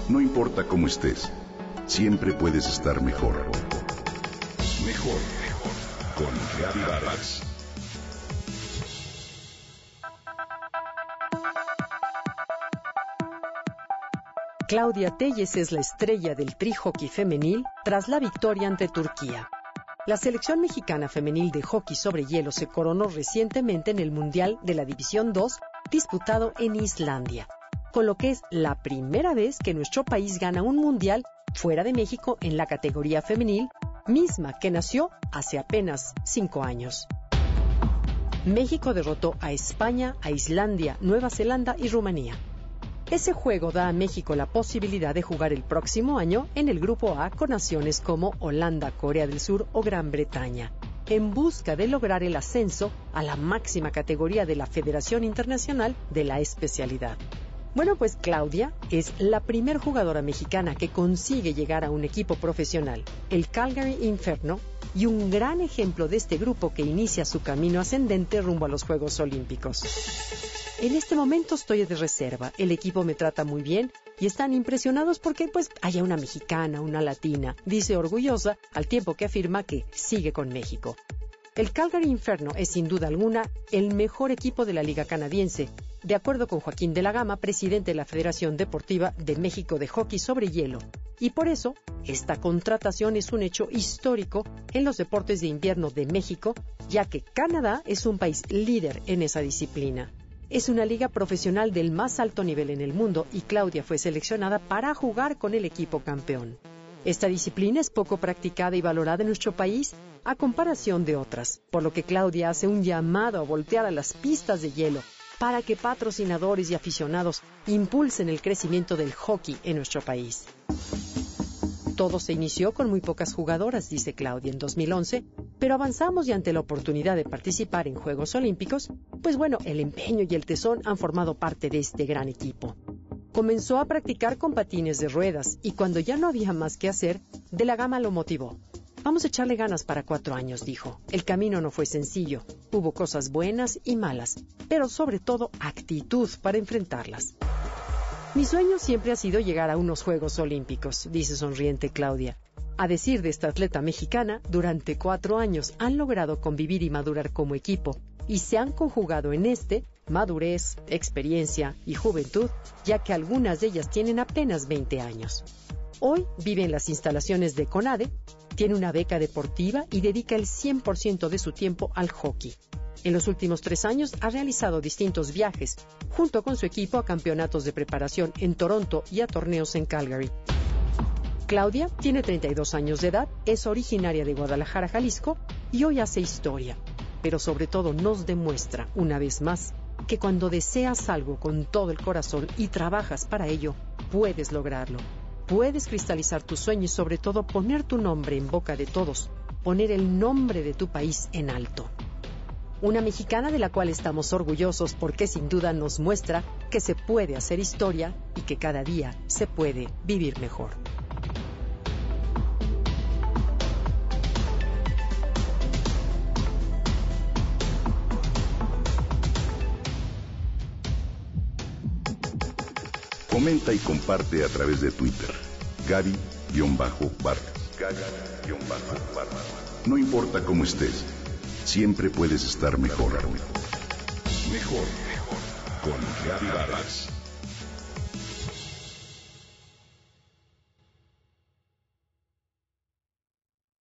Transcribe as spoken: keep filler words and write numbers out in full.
No importa cómo estés, siempre puedes estar mejor. Mejor, mejor. Con Gaby Vargas. Claudia Telles es la estrella del Tri Hockey femenil tras la victoria ante Turquía. La selección mexicana femenil de hockey sobre hielo se coronó recientemente en el Mundial de la División dos, disputado en Islandia, con lo que es la primera vez que nuestro país gana un Mundial fuera de México en la categoría femenil, misma que nació hace apenas cinco años. México derrotó a España, a Islandia, Nueva Zelanda y Rumanía. Ese juego da a México la posibilidad de jugar el próximo año en el Grupo A con naciones como Holanda, Corea del Sur o Gran Bretaña, en busca de lograr el ascenso a la máxima categoría de la Federación Internacional de la especialidad. Bueno, pues Claudia es la primer jugadora mexicana que consigue llegar a un equipo profesional, el Calgary Inferno, y un gran ejemplo de este grupo que inicia su camino ascendente rumbo a los Juegos Olímpicos. En este momento estoy de reserva, el equipo me trata muy bien y están impresionados porque pues haya una mexicana, una latina, dice orgullosa, al tiempo que afirma que sigue con México. El Calgary Inferno es sin duda alguna el mejor equipo de la Liga Canadiense, de acuerdo con Joaquín de la Gama, presidente de la Federación Deportiva de México de Hockey sobre Hielo. Y por eso, esta contratación es un hecho histórico en los deportes de invierno de México, ya que Canadá es un país líder en esa disciplina. Es una liga profesional del más alto nivel en el mundo y Claudia fue seleccionada para jugar con el equipo campeón. Esta disciplina es poco practicada y valorada en nuestro país a comparación de otras, por lo que Claudia hace un llamado a voltear a las pistas de hielo para que patrocinadores y aficionados impulsen el crecimiento del hockey en nuestro país. Todo se inició con muy pocas jugadoras, dice Claudia, en dos mil once, pero avanzamos y ante la oportunidad de participar en Juegos Olímpicos, pues bueno, el empeño y el tesón han formado parte de este gran equipo. Comenzó a practicar con patines de ruedas y cuando ya no había más que hacer, De la Gama lo motivó. Vamos a echarle ganas para cuatro años, dijo. El camino no fue sencillo, hubo cosas buenas y malas, pero sobre todo actitud para enfrentarlas. Mi sueño siempre ha sido llegar a unos Juegos Olímpicos, dice sonriente Claudia. A decir de esta atleta mexicana, durante cuatro años han logrado convivir y madurar como equipo, y se han conjugado en este madurez, experiencia y juventud, ya que algunas de ellas tienen apenas veinte años. Hoy vive en las instalaciones de CONADE, tiene una beca deportiva y dedica el cien por ciento de su tiempo al hockey. En los últimos tres años ha realizado distintos viajes, junto con su equipo a campeonatos de preparación en Toronto y a torneos en Calgary. Claudia tiene treinta y dos años de edad, es originaria de Guadalajara, Jalisco, y hoy hace historia, pero sobre todo nos demuestra, una vez más, que cuando deseas algo con todo el corazón y trabajas para ello, puedes lograrlo. Puedes cristalizar tu sueño y sobre todo poner tu nombre en boca de todos, poner el nombre de tu país en alto. Una mexicana de la cual estamos orgullosos porque sin duda nos muestra que se puede hacer historia y que cada día se puede vivir mejor. Comenta y comparte a través de Twitter. Gaby-Vargas. Gaby-Vargas. No importa cómo estés, siempre puedes estar mejor. Mejor, mejor. Con Gaby Vargas.